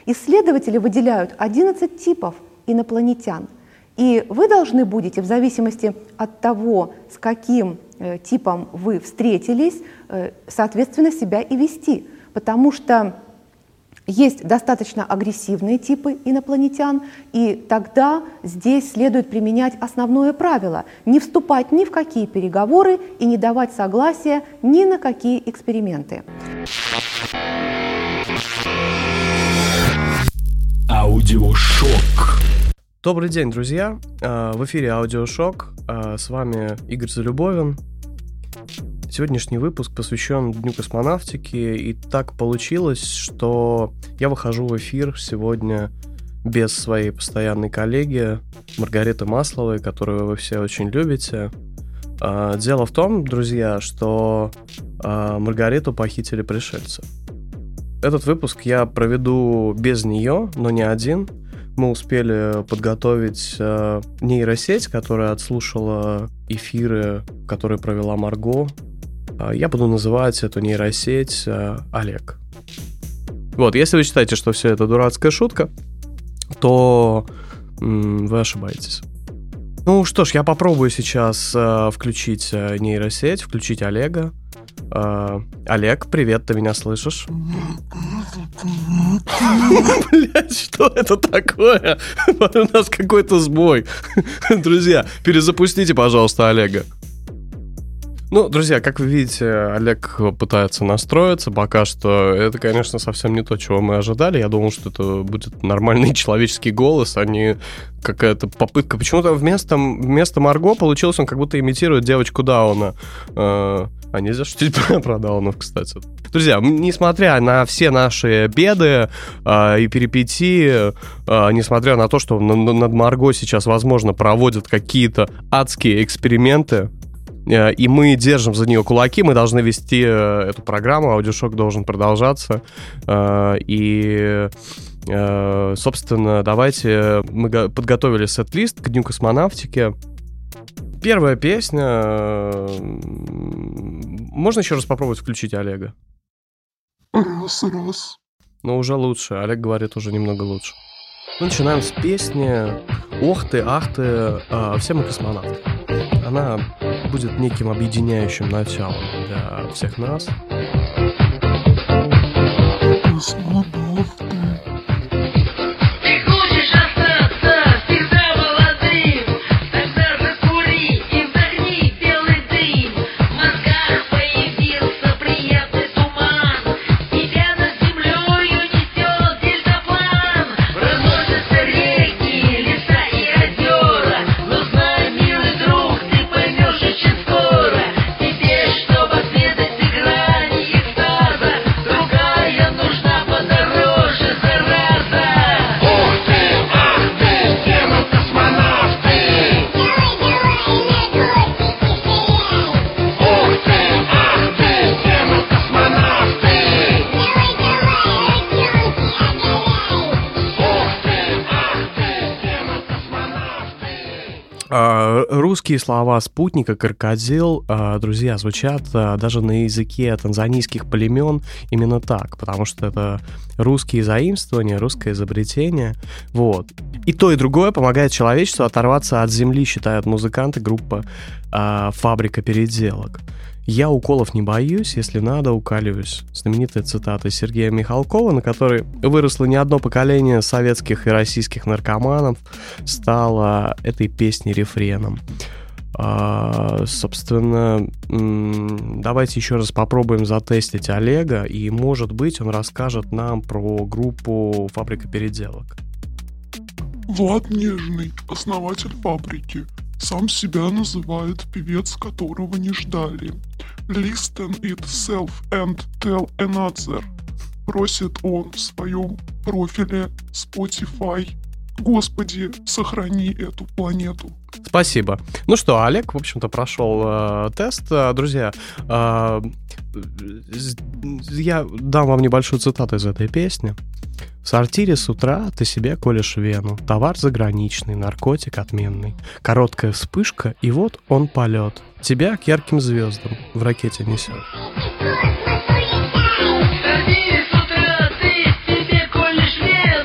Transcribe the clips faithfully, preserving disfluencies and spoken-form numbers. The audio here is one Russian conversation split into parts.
Исследователи выделяют одиннадцать типов инопланетян. И вы должны будете, в зависимости от того, с каким э, типом вы встретились, э, соответственно, себя и вести. Потому что есть достаточно агрессивные типы инопланетян, и тогда здесь следует применять основное правило – не вступать ни в какие переговоры и не давать согласия ни на какие эксперименты. Аудиошок. Добрый день, друзья! В эфире Аудиошок. С вами Игорь Залюбовин. Сегодняшний выпуск посвящен Дню космонавтики, и так получилось, что я выхожу в эфир сегодня без своей постоянной коллеги Маргариты Масловой, которую вы все очень любите. Дело в том, друзья, что Маргариту похитили пришельцы. Этот выпуск я проведу без нее, но не один. Мы успели подготовить э, нейросеть, которая отслушала эфиры, которые провела Марго. Э, я буду называть эту нейросеть э, Олег. Вот, если вы считаете, что все это дурацкая шутка, то м- вы ошибаетесь. Ну что ж, я попробую сейчас э, включить э, нейросеть, включить Олега. Э, Олег, привет, ты меня слышишь? Блять, что это такое? У нас какой-то сбой. Друзья, перезапустите, пожалуйста, Олега. Ну, друзья, как вы видите, Олег пытается настроиться. Пока что это, конечно, совсем не то, чего мы ожидали. Я думал, что это будет нормальный человеческий голос, а не какая-то попытка. Почему-то вместо, вместо Марго получилось, он как будто имитирует девочку Дауна. А нельзя шутить про Даунов, кстати. Друзья, несмотря на все наши беды а, и перипетии, а, несмотря на то, что над Марго сейчас, возможно, проводят какие-то адские эксперименты, и мы держим за нее кулаки, мы должны вести эту программу, аудиошок должен продолжаться. И, собственно, давайте мы подготовили сет-лист к Дню космонавтики. Первая песня. Можно еще раз попробовать включить Олега? Раз, раз. Но уже лучше. Олег говорит, уже немного лучше. Мы начинаем с песни «Ох ты, ах ты, а, все мы космонавты». Она будет неким объединяющим началом для всех нас. Космонавты. Русские слова спутника «крокодил», друзья, звучат даже на языке танзанийских племен именно так, потому что это русские заимствования, русское изобретение. Вот. И то, и другое помогает человечеству оторваться от земли, считают музыканты группы «Фабрика переделок». «Я уколов не боюсь, если надо, уколюсь». Знаменитая цитата Сергея Михалкова, на которой выросло не одно поколение советских и российских наркоманов, стала этой песней рефреном. А, собственно, давайте еще раз попробуем затестить Олега, и, может быть, он расскажет нам про группу «Фабрика переделок». Влад Нежный, основатель фабрики, сам себя называет певец, которого не ждали. Listen itself and tell another. Просит он в своем профиле Spotify. Господи, сохрани эту планету. Спасибо. Ну что, Олег, в общем-то, прошел э, тест. Друзья, э, я дам вам небольшую цитату из этой песни. В сортире с утра ты себе колешь вену. Товар заграничный, наркотик отменный. Короткая вспышка, и вот он полет. Тебя к ярким звездам в ракете несет. С утра ты себе колешь вену.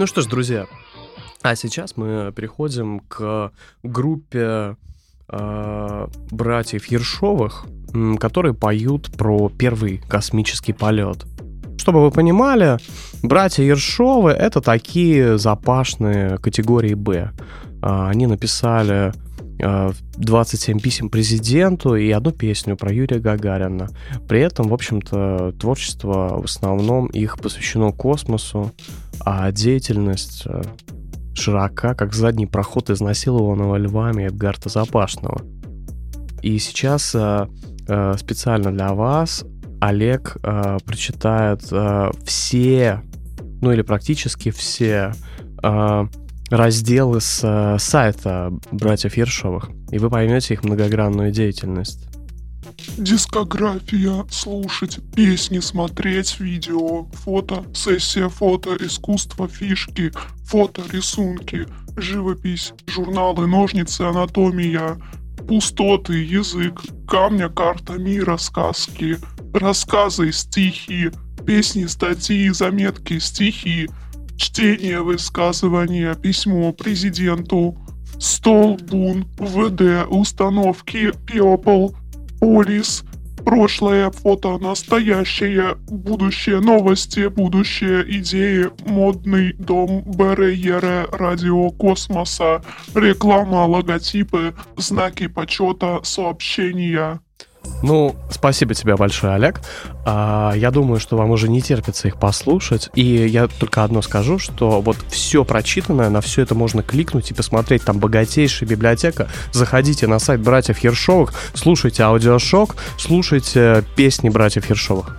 Ну что ж, друзья, а сейчас мы переходим к группе э, братьев Ершовых, которые поют про первый космический полет. Чтобы вы понимали, братья Ершовы — это такие запашные категории «Б». Они написали двадцать семь писем президенту и одну песню про Юрия Гагарина. При этом, в общем-то, творчество в основном их посвящено космосу, а деятельность широка, как задний проход изнасилованного львами Эдгарда Запашного. И сейчас специально для вас Олег прочитает все, ну или практически все разделы с э, сайта братьев Ершовых, и вы поймете их многогранную деятельность. Дискография, слушать, песни, смотреть, видео, фото, сессия фото, искусство, фишки, фото, рисунки, живопись, журналы, ножницы, анатомия, пустоты, язык, камня, карта мира, сказки, рассказы, стихи, песни, статьи, заметки, стихи, чтение, высказывание, письмо президенту, стол, бун, ВД, установки, People, полис, прошлое, фото, настоящее, будущее, новости, будущее, идеи, модный дом, БРЕР, радио космоса, реклама, логотипы, знаки почета, сообщения. Ну, спасибо тебе большое, Олег. А, я думаю, что вам уже не терпится их послушать. И я только одно скажу, что вот все прочитанное, на все это можно кликнуть и посмотреть. Там богатейшая библиотека. Заходите на сайт братьев Ершовых, слушайте аудиошок, слушайте песни братьев Ершовых.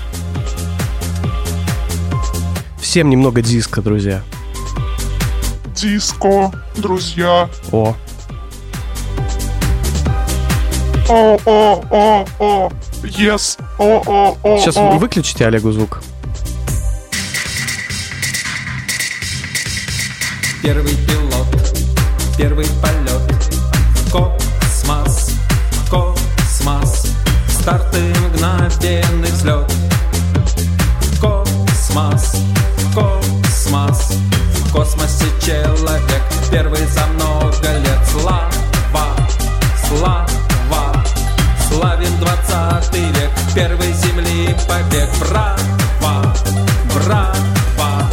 Всем немного диска, друзья. Диско, друзья. О. О, о, о, о, yes, о, о, о. Сейчас о. выключите Олегу звук. Первый пилот, первый полет, космос, космос, старт и мгновенный взлет. Космос, космос, в космосе человек, первый за много лет. Слава, слава. Славен двадцатый век, первый земли побег. Браво, браво.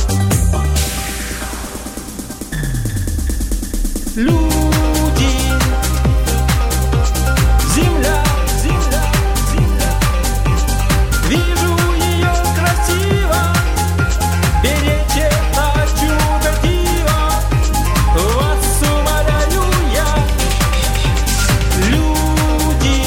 Люди, земля, земля, земля. Вижу ее красиво, беречь на чудо диво. Вас умоляю я. Люди,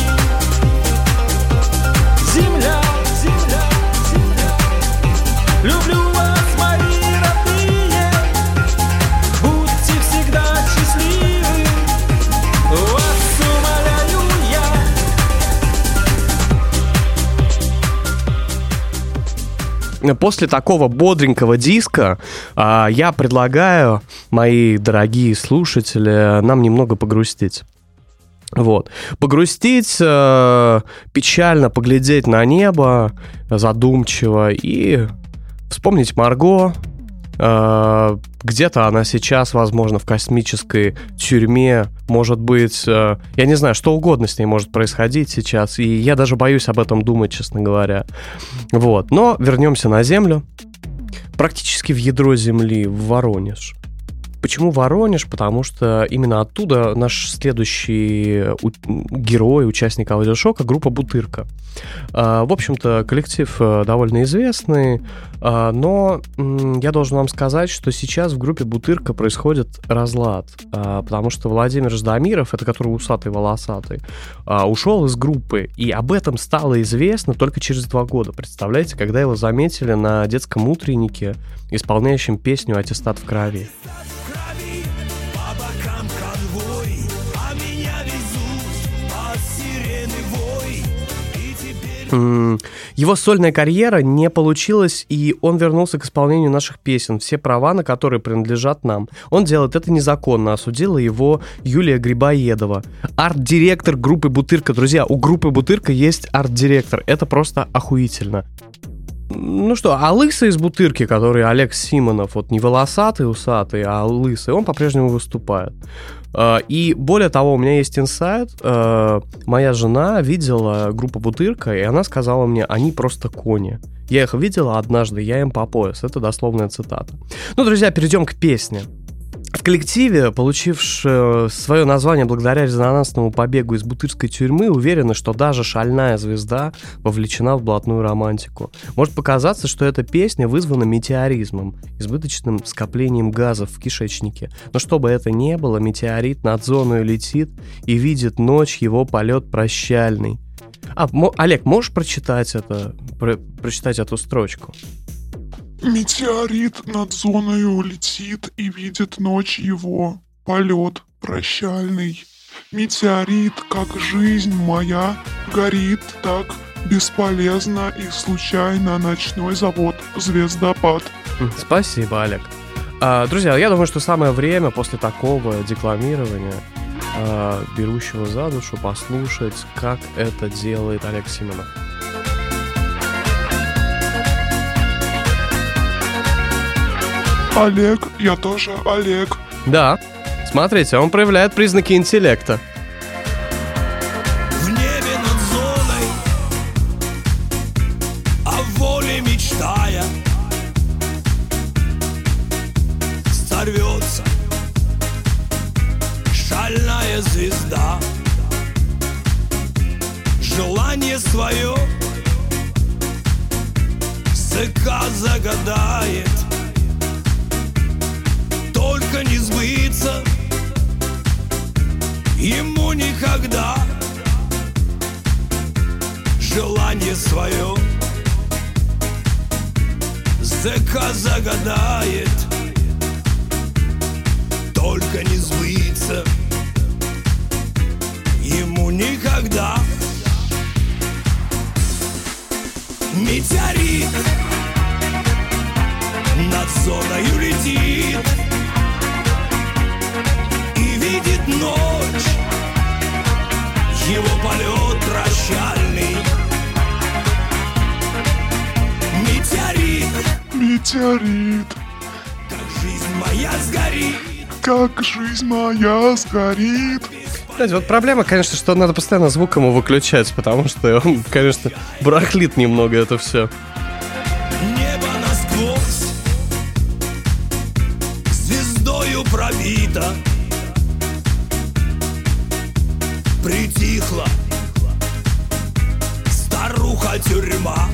земля, земля, земля. Люблю вас, мои родные. Будьте всегда счастливы. Вас умоляю я. После такого бодренького диска а, я предлагаю, мои дорогие слушатели, нам немного погрустить. Вот. Погрустить, э, печально поглядеть на небо, задумчиво, и вспомнить Марго. Э, где-то она сейчас, возможно, в космической тюрьме, может быть, э, я не знаю, что угодно с ней может происходить сейчас, и я даже боюсь об этом думать, честно говоря. Вот. Но вернемся на Землю, практически в ядро Земли, в Воронеж. Почему Воронеж? Потому что именно оттуда наш следующий у- герой, участник аудиошока, группа «Бутырка». А, в общем-то, коллектив довольно известный, а, но м, я должен вам сказать, что сейчас в группе «Бутырка» происходит разлад, а, потому что Владимир Ждамиров, это который усатый-волосатый, а, ушел из группы, и об этом стало известно только через два года. Представляете, когда его заметили на детском утреннике, исполняющем песню «Аттестат в крови». Его сольная карьера не получилась, и он вернулся к исполнению наших песен, все права на которые принадлежат нам. Он делает это незаконно, осудила его Юлия Грибоедова, арт-директор группы «Бутырка». Друзья, у группы «Бутырка» есть арт-директор, это просто охуительно. ну что, а лысый из Бутырки, который Олег Симонов, вот не волосатый, усатый, а лысый, он по-прежнему выступает. И более того, у меня есть инсайт. Моя жена видела группу Бутырка, и она сказала мне, они просто кони. Я их видела однажды, я им по пояс. Это дословная цитата. Ну, друзья, перейдем к песне. В коллективе, получившем свое название благодаря резонансному побегу из бутырской тюрьмы, уверены, что даже шальная звезда вовлечена в блатную романтику. Может показаться, что эта песня вызвана метеоризмом, избыточным скоплением газов в кишечнике. Но что бы это ни было, метеорит над зоной летит и видит ночь, его полет прощальный. А, мо- Олег, можешь прочитать это, про- прочитать эту строчку? Метеорит над зоною летит и видит ночь его, полет прощальный. Метеорит, как жизнь моя, горит так бесполезно и случайно ночной завод «Звездопад». Спасибо, Олег. А, друзья, я думаю, что самое время после такого декламирования, а, берущего за душу, послушать, как это делает Олег Симонов. Олег, я тоже Олег. Да, смотрите, он проявляет признаки интеллекта. В небе над зоной, о воле мечтая, сорвется шальная звезда. Желание свое ЗК загадает, только не сбыться ему никогда. Желание свое ЗК загадает, только не сбыться ему никогда. Метеорит над зоною летит и видит ночь, его полет прощальный. Метеорит, Метеорит, как жизнь моя сгорит. как жизнь моя сгорит. Кстати, вот проблема, конечно, что надо постоянно звук ему выключать, потому что он, конечно, барахлит немного это все. Небо насквозь звездою пробито, притихла старуха-тюрьма.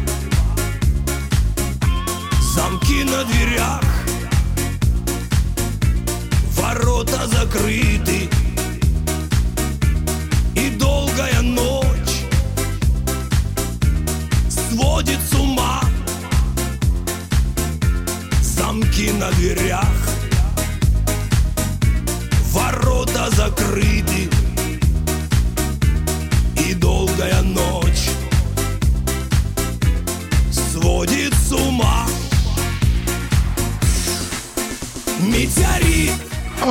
Замки на дверях, ворота закрыты, и долгая ночь сводит с ума. Замки на дверях, ворота закрыты, и долгая ночь сводит с ума. Метеорит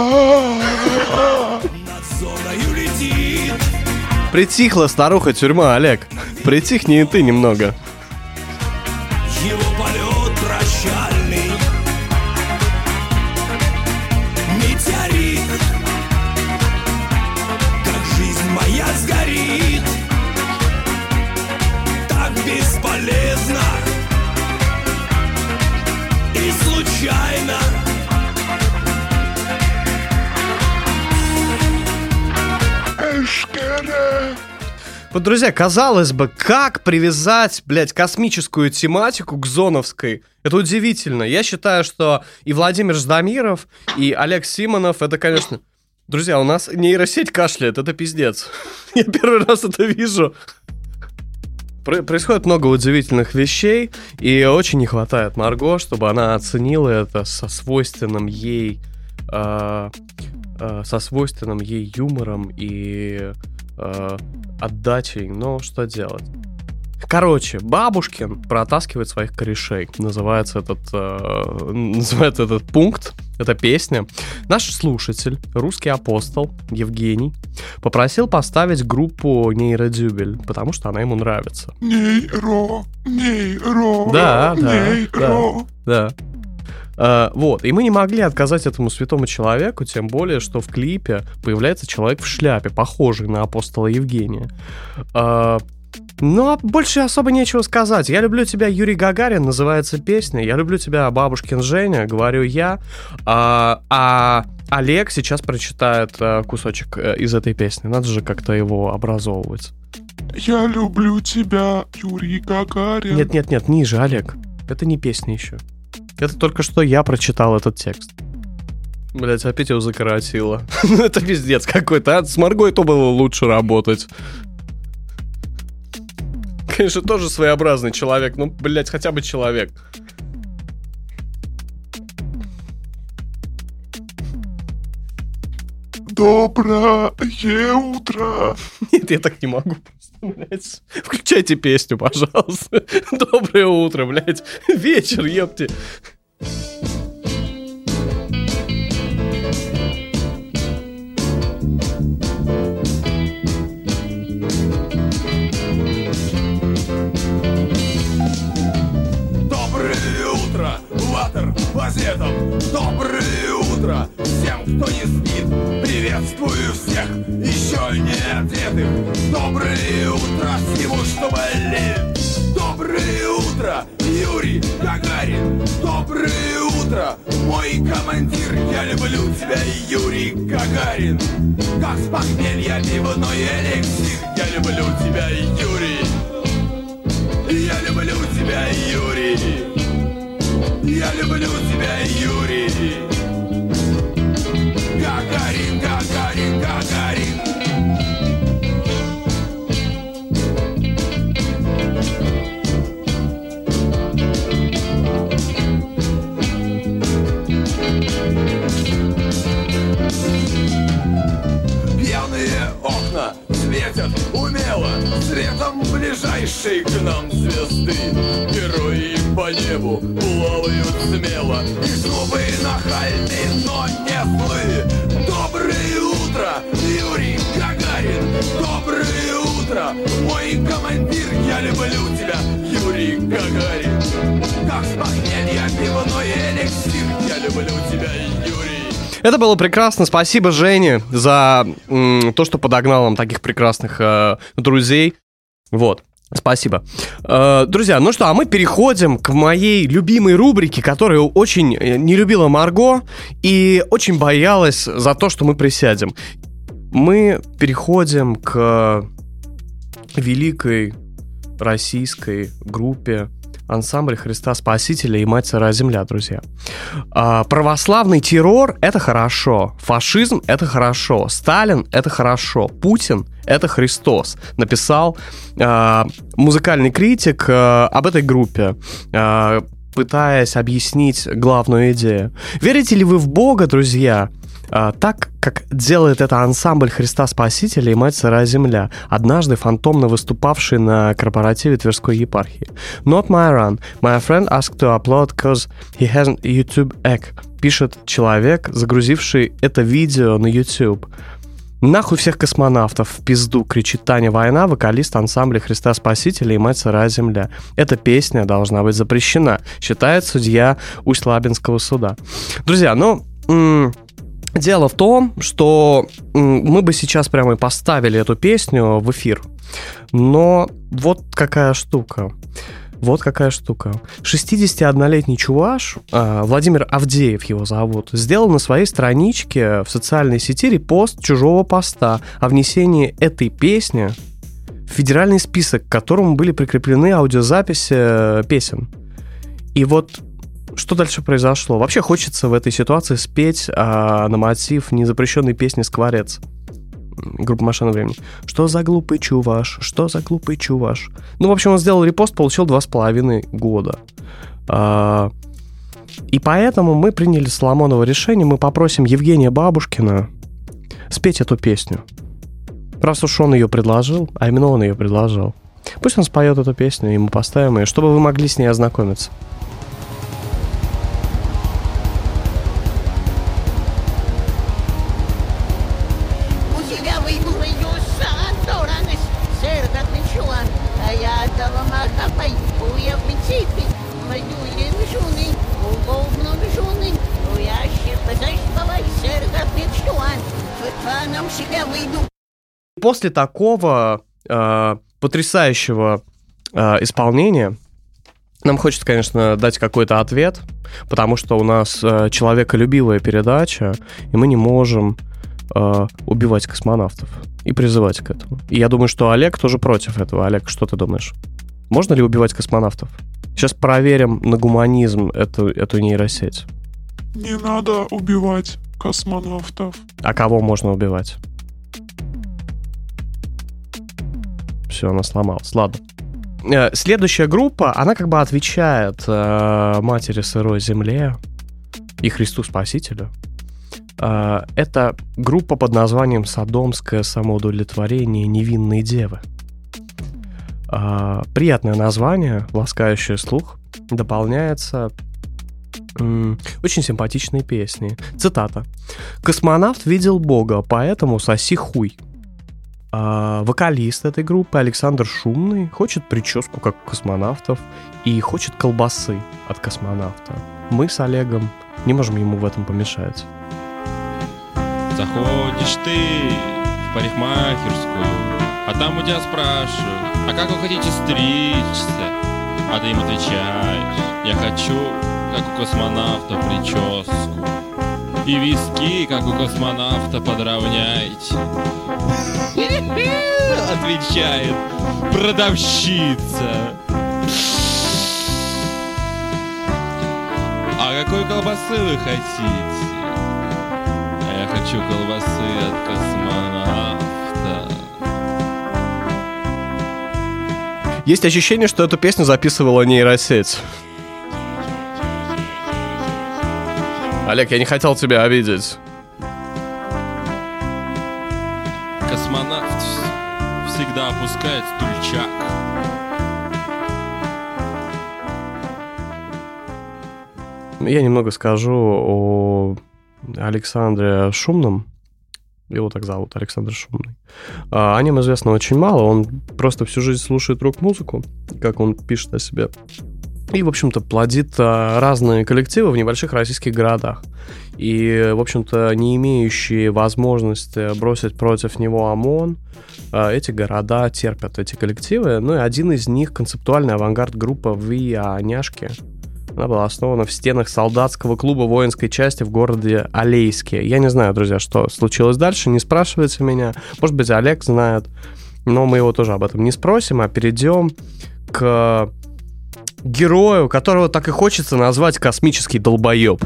над зоною летит. Притихла старуха-тюрьма, Олег. Притихни и ты немного. Его полет прощальный. Метеорит, как жизнь моя сгорит, так бесполезно и случайно. Эшкере. Вот, друзья, казалось бы, как привязать, блядь, космическую тематику к зоновской? Это удивительно. Я считаю, что и Владимир Ждамиров, и Олег Симонов, это, конечно... Друзья, у нас нейросеть кашляет, это пиздец. Я первый раз это вижу. Про- происходит много удивительных вещей, и очень не хватает Марго, чтобы она оценила это со свойственным ей... Э- э- со свойственным ей юмором и... Э- отдачей, но что делать? Короче, Бабушкин протаскивает своих корешей. Называется этот, э, называется этот пункт, эта песня. Наш слушатель, русский апостол Евгений, попросил поставить группу Нейродюбель, потому что она ему нравится. Нейро, нейро, Да, да, нейро. да, да. Uh, вот, и мы не могли отказать этому святому человеку, тем более, что в клипе появляется человек в шляпе, похожий на апостола Евгения. Uh, ну, а больше особо нечего сказать. «Я люблю тебя, Юрий Гагарин» называется песня. «Я люблю тебя, Бабушкин Женя», говорю я. Uh, а Олег сейчас прочитает uh, кусочек uh, из этой песни. Надо же как-то его образовывать. «Я люблю тебя, Юрий Гагарин». Нет-нет-нет, ниже, Олег. Это не песня еще. Это только что я прочитал этот текст. Блять, опять его закоротило. Это пиздец какой-то. А с Марго то было лучше работать. Конечно, тоже своеобразный человек. Ну, блять, хотя бы человек. Доброе утро. Нет, я так не могу просто, блядь. Включайте песню, пожалуйста. Доброе утро, блядь. Вечер, ёпти. Доброе утро, ватер, газетам. Доброе утро всем, кто не спит. Приветствую всех еще не одетых. Доброе утро всему, что болеет. Доброе утро, Юрий Гагарин. Доброе утро, мой командир. Я люблю тебя, Юрий Гагарин. Как с похмелья пивной эликсир. Я люблю тебя, Юрий. Я люблю тебя, Юрий. Я люблю тебя, Юрий. Гагарин, Гагарин, Гагарин. Пьяные окна светят умело светом ближайшей к нам звезды. Герои по небу плавают смело, и зубы нахальны, но не злые. Доброе утро, Юрий Гагарин. Доброе утро, мой командир. Я люблю тебя, Юрий Гагарин. Как с похмелья пивной эликсир. Я люблю тебя, Юрий. Это было прекрасно. Спасибо, Жене, за м, то, что подогнал нам таких прекрасных э, друзей. Вот. Спасибо. Э, друзья, ну что, а мы переходим к моей любимой рубрике, которую очень не любила Марго и очень боялась за то, что мы присядем. Мы переходим к великой российской группе ансамбль Христа Спасителя и Мать Сырая Земля, друзья. А, православный террор — это хорошо. Фашизм — это хорошо. Сталин — это хорошо. Путин — это Христос. Написал а, музыкальный критик а, об этой группе, а, пытаясь объяснить главную идею. Верите ли вы в Бога, друзья? А, так, как делает это ансамбль Христа Спасителя и Мать Сырая Земля, однажды фантомно выступавший на корпоративе Тверской епархии. Not my run. My friend asked to upload cause he has a YouTube egg. Пишет человек, загрузивший это видео на YouTube. «Нахуй всех космонавтов в пизду», кричит Таня Война, вокалист ансамбля Христа Спасителя и Мать Сырая Земля. Эта песня должна быть запрещена, считает судья Усть-Лабинского суда. Друзья, ну... М- Дело в том, что мы бы сейчас прямо и поставили эту песню в эфир. Но вот какая штука. Вот какая штука. шестидесятиоднолетний чуваш, Владимир Авдеев его зовут, сделал на своей страничке в социальной сети репост чужого поста о внесении этой песни в федеральный список, к которому были прикреплены аудиозаписи песен. И вот что дальше произошло? Вообще хочется в этой ситуации спеть а, на мотив незапрещенной песни «Скворец». Группа «Машина времени». Что за глупый чуваш? Что за глупый чуваш? Ну, в общем, он сделал репост, получил два с половиной года. А, и поэтому мы приняли Соломоново решение. Мы попросим Евгения Бабушкина спеть эту песню. Раз уж он ее предложил, а именно он ее предложил. Пусть он споет эту песню, и мы поставим ее, чтобы вы могли с ней ознакомиться. После такого э, потрясающего э, исполнения нам хочется, конечно, дать какой-то ответ, потому что у нас э, человеколюбивая передача, и мы не можем э, убивать космонавтов и призывать к этому. И я думаю, что Олег тоже против этого. Олег, что ты думаешь? Можно ли убивать космонавтов? Сейчас проверим на гуманизм эту, эту нейросеть. Не надо убивать космонавтов. А кого можно убивать? Все, она сломалась. Ладно. Следующая группа, она как бы отвечает э, Матери Сырой Земле и Христу Спасителю. Э, это группа под названием «Содомское самоудовлетворение невинной девы». Э, приятное название, ласкающее слух, дополняется м- очень симпатичной песней. Цитата. «Космонавт видел Бога, поэтому соси хуй». А, вокалист этой группы Александр Шумный хочет прическу, как у космонавтов, и хочет колбасы от космонавта. Мы с Олегом не можем ему в этом помешать. Заходишь ты в парикмахерскую, а там у тебя спрашивают, а как вы хотите стричься? А ты им отвечаешь, я хочу, как у космонавта, прическу. И виски, как у космонавта, подровняйте. Отвечает продавщица. А какой колбасы вы хотите? А я хочу колбасы от космонавта. Есть ощущение, что эту песню записывала нейросеть. Олег, я не хотел тебя обидеть. Космонавт всегда опускает стульчак. Я немного скажу о Александре Шумном. Его так зовут, Александр Шумный. О нем известно очень мало. Он просто всю жизнь слушает рок-музыку, как он пишет о себе. И, в общем-то, плодит разные коллективы в небольших российских городах. И, в общем-то, не имеющие возможности бросить против него ОМОН, эти города терпят эти коллективы. Ну и один из них — концептуальный авангард-группа «Виа Няшки». Она была основана в стенах солдатского клуба воинской части в городе Алейске. Я не знаю, друзья, что случилось дальше, не спрашивайте меня. Может быть, Олег знает, но мы его тоже об этом не спросим, а перейдем к герою, которого так и хочется назвать космический долбоеб.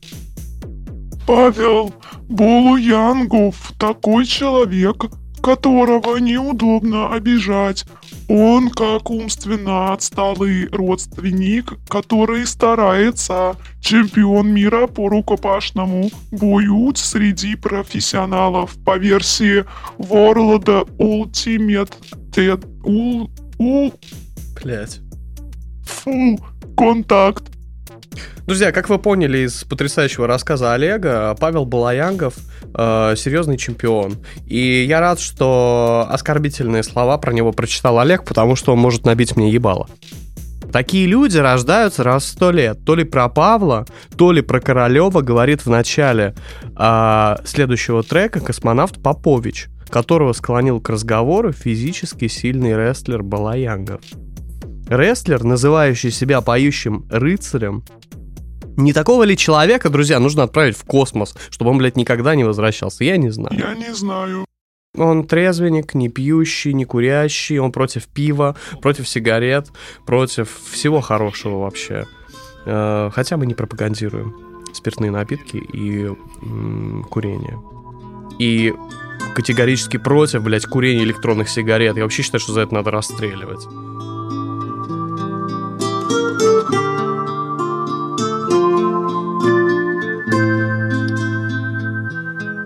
Павел Булуянгов, такой человек, которого неудобно обижать. Он как умственно отсталый родственник, который старается, чемпион мира по рукопашному бою среди профессионалов по версии World Ultimate Ted, у, у, Блять. Фу, контакт. Друзья, как вы поняли из потрясающего рассказа Олега, Павел Булуянгов э, серьезный чемпион. И я рад, что оскорбительные слова про него прочитал Олег, потому что он может набить мне ебало. Такие люди рождаются раз в сто лет. То ли про Павла, то ли про Королева говорит в начале э, следующего трека космонавт Попович, которого склонил к разговору физически сильный рестлер Булуянгов. Рестлер, называющий себя поющим рыцарем. Не такого ли человека, друзья, нужно отправить в космос, чтобы он, блядь, никогда не возвращался? Я не знаю. Я не знаю. Он трезвенник, не пьющий, не курящий, он против пива, против сигарет, против всего хорошего вообще. Хотя мы не пропагандируем спиртные напитки и м- курение. И категорически против, блядь, курения электронных сигарет. Я вообще считаю, что за это надо расстреливать.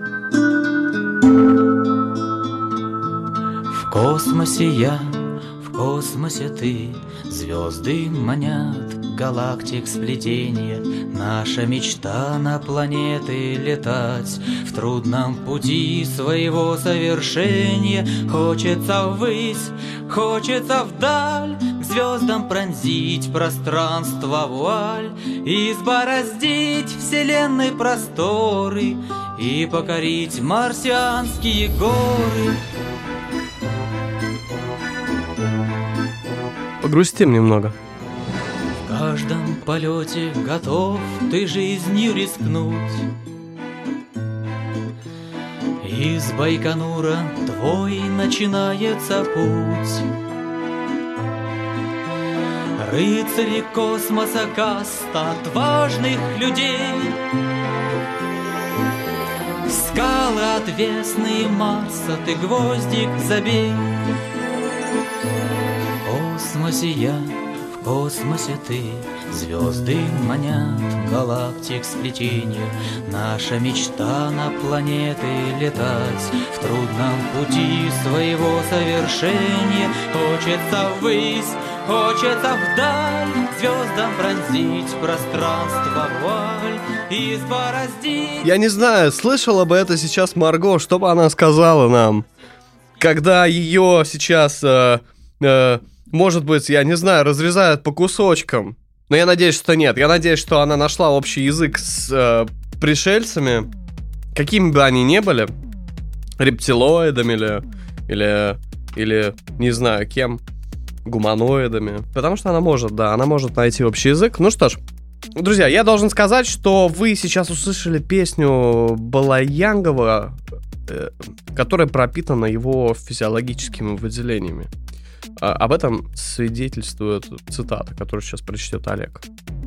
В космосе я, в В космосе ты, звезды манят, галактик сплетенье. Наша мечта на планеты летать. В трудном пути своего совершения хочется ввысь, хочется вдаль, к звездам пронзить пространство вуаль, избороздить вселенной просторы и покорить марсианские горы. Погрустим немного. В каждом полете готов ты жизнью рискнуть. Из Байконура твой начинается путь. Рыцари космоса, каста отважных людей. Скалы отвесные Марса, ты гвоздик забей. В космосе я, в космосе ты, звезды манят, галактик сплетенье. Наша мечта на планеты летать. В трудном пути своего совершения хочется ввысь, хочется вдаль, звездам пронзить пространство вуаль, избороздить. Я не знаю, слышала бы это сейчас Марго, что бы она сказала нам, когда ее сейчас, э, э, может быть, я не знаю, разрезают по кусочкам. Но я надеюсь, что нет. Я надеюсь, что она нашла общий язык с э, пришельцами, какими бы они ни были, рептилоидами или, или, или не знаю кем, гуманоидами. Потому что она может, да, она может найти общий язык. Ну что ж, друзья, я должен сказать, что вы сейчас услышали песню Балаянгова, э, которая пропитана его физиологическими выделениями. А, об этом свидетельствует цитата, которую сейчас прочтет Олег.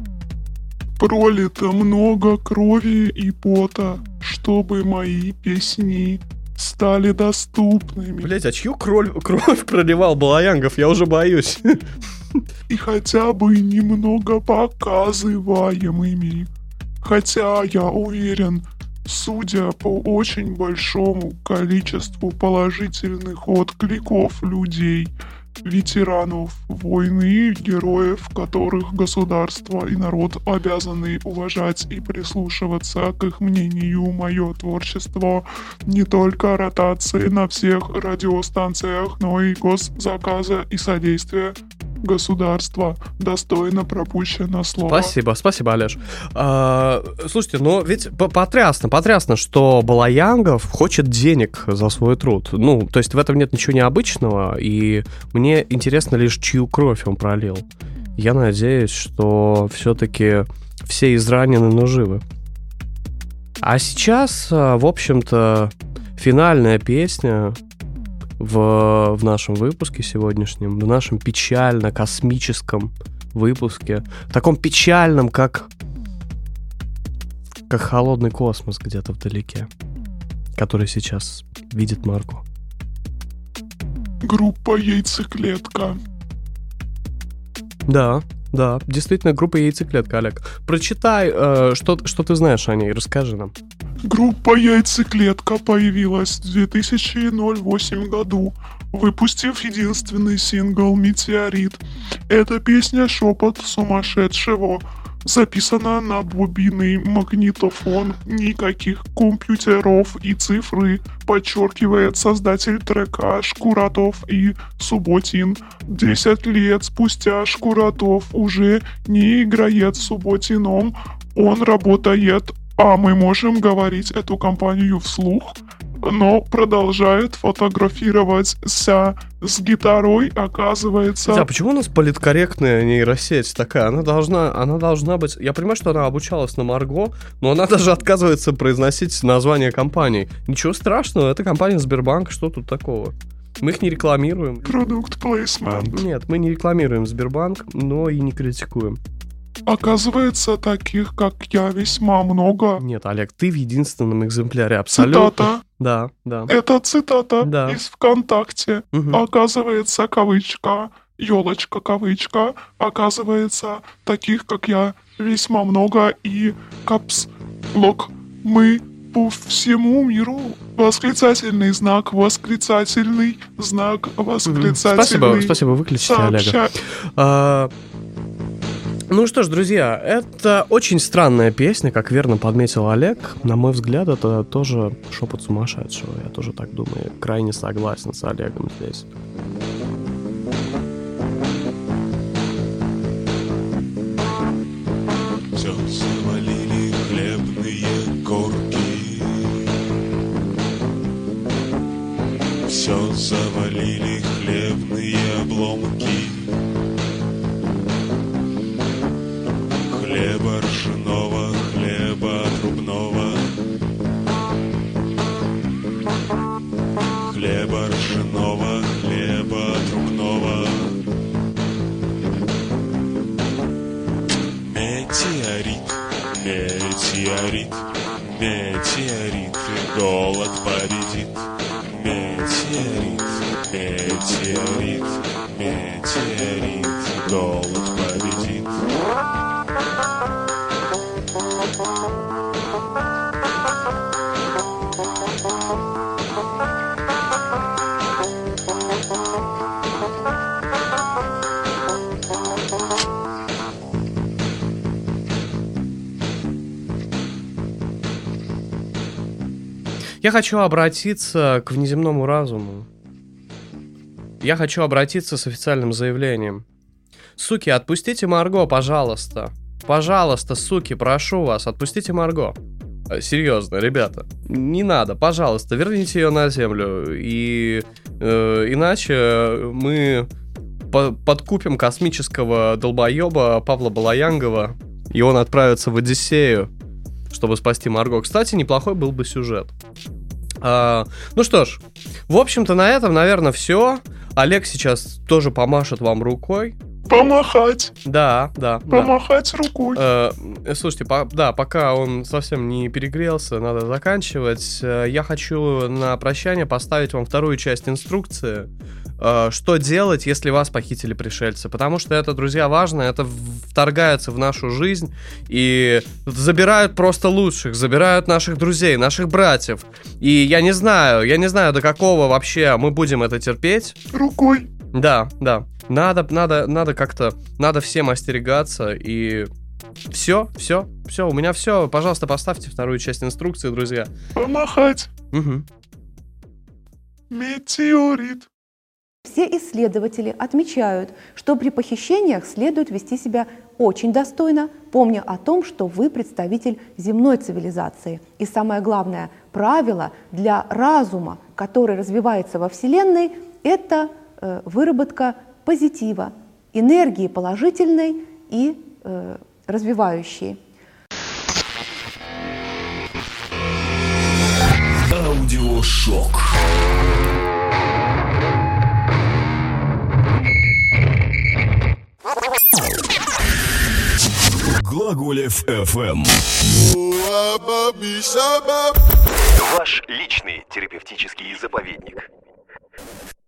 Пролито много крови и пота, чтобы мои песни стали доступными. Блять, а чью кровь, кровь проливал Балаянгов? Я уже боюсь. И хотя бы немного показываемыми. Хотя я уверен, судя по очень большому количеству положительных откликов людей, ветеранов войны, героев, которых государство и народ обязаны уважать и прислушиваться к их мнению, мое творчество не только ротации на всех радиостанциях, но и госзаказа и содействия государства достойно пропущено слово. Спасибо, спасибо, Олеж. А, слушайте, ну ведь потрясно, потрясно, что Балаянгов хочет денег за свой труд. Ну, то есть в этом нет ничего необычного, и мне интересно лишь, чью кровь он пролил. Я надеюсь, что все-таки все изранены, но живы. А сейчас, в общем-то, финальная песня В, в нашем выпуске сегодняшнем, в нашем печально-космическом выпуске, таком печальном, как, как холодный космос где-то вдалеке, который сейчас видит Марку. Группа «Яйцеклетка». Да, да, действительно, группа «Яйцеклетка», Олег. Прочитай, э, что, что ты знаешь о ней, расскажи нам. Группа «Яйцеклетка» появилась в две тысячи восьмом году, выпустив единственный сингл «Метеорит». Эта песня «Шепот сумасшедшего», записана на бобинный магнитофон, никаких компьютеров и цифры, подчеркивает создатель трека Шкуратов и Субботин. Десять лет спустя Шкуратов уже не играет с Субботином, он работает, а мы можем говорить эту компанию вслух, но продолжает фотографироваться с гитарой, оказывается... Хотя, почему у нас политкорректная нейросеть такая? Она должна, она должна быть... Я понимаю, что она обучалась на Марго, но она даже отказывается произносить название компаний. Ничего страшного, это компания Сбербанк, что тут такого? Мы их не рекламируем. Продукт плейсмент. Нет, мы не рекламируем Сбербанк, но и не критикуем. Оказывается, таких, как я, весьма много. Нет, Олег, ты в единственном экземпляре абсолютно. Цитата. Да, да. Это цитата да. из ВКонтакте. Угу. Оказывается, кавычка, елочка, кавычка. Оказывается, таких, как я, весьма много. И капс лок. Мы по всему миру. Восклицательный знак, восклицательный знак, восклицательный. Спасибо, спасибо, выключите Сообща... Олега. А, ну что ж, друзья, это очень странная песня, как верно подметил Олег. На мой взгляд, это тоже шепот сумасшедшего. Я тоже так думаю. Крайне согласен с Олегом здесь. Все завалили хлебные корки, все завалили хлебные обломки, хлеба ржаного, хлеба трубного, хлеба ржаного, хлеба трубного. Метеорит, метеорит, метеорит, голод победит. Метеорит, метеорит, метеорит, голод победит. Я хочу обратиться к внеземному разуму. Я хочу обратиться с официальным заявлением. Суки, отпустите Марго, пожалуйста. Пожалуйста, суки, прошу вас, отпустите Марго. Серьезно, ребята, не надо, пожалуйста, верните ее на землю. И э, иначе мы по- подкупим космического долбоеба Павла Балаянгова, и он отправится в Одиссею, чтобы спасти Марго. Кстати, неплохой был бы сюжет. А, ну что ж, в общем-то, на этом, наверное, все. Олег сейчас тоже помашет вам рукой. Помахать. Да, да. Помахать да. рукой. Э, слушайте, по, да, пока он совсем не перегрелся, надо заканчивать. Я хочу на прощание поставить вам вторую часть инструкции. Э, что делать, если вас похитили пришельцы? Потому что это, друзья, важно. Это вторгается в нашу жизнь и забирают просто лучших, забирают наших друзей, наших братьев. И я не знаю, я не знаю, до какого вообще мы будем это терпеть. Рукой. Да, да. Надо, надо, надо как-то, надо всем остерегаться и все, все, все, у меня все. Пожалуйста, поставьте вторую часть инструкции, друзья. Помахать. Угу. Метеорит. Все исследователи отмечают, что при похищениях следует вести себя очень достойно, помня о том, что вы представитель земной цивилизации. И самое главное правило для разума, который развивается во Вселенной, это э, выработка позитива, энергии положительной и э, развивающей. Аудиошок. Глаголев эф эм. Ваш личный терапевтический заповедник.